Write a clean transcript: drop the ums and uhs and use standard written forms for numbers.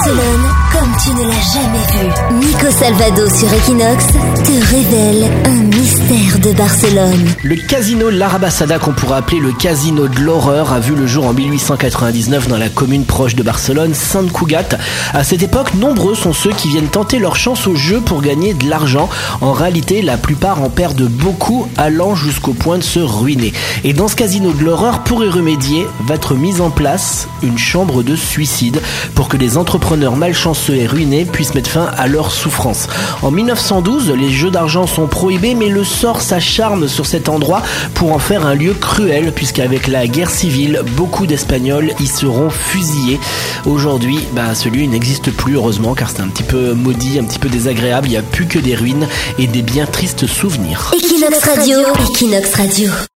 Barcelone comme tu ne l'as jamais vu. Nico Salvado sur Equinox te révèle un mystère de Barcelone. Le casino L'Arabasada, qu'on pourrait appeler le casino de l'horreur, a vu le jour en 1899 dans la commune proche de Barcelone, Sant Cugat. À cette époque, nombreux sont ceux qui viennent tenter leur chance au jeu pour gagner de l'argent. En réalité, la plupart en perdent beaucoup, allant jusqu'au point de se ruiner. Et dans ce casino de l'horreur, pour y remédier, va être mise en place une chambre de suicide pour que les entrepreneurs malchanceux et ruinés puissent mettre fin à leur souffrance. En 1912, les jeux d'argent sont prohibés, mais le sort s'acharne sur cet endroit pour en faire un lieu cruel, puisqu'avec la guerre civile, beaucoup d'Espagnols y seront fusillés. Aujourd'hui, ce lieu n'existe plus, heureusement, car c'est un petit peu maudit, un petit peu désagréable. Il n'y a plus que des ruines et des bien tristes souvenirs. Equinox Radio. Equinox Radio.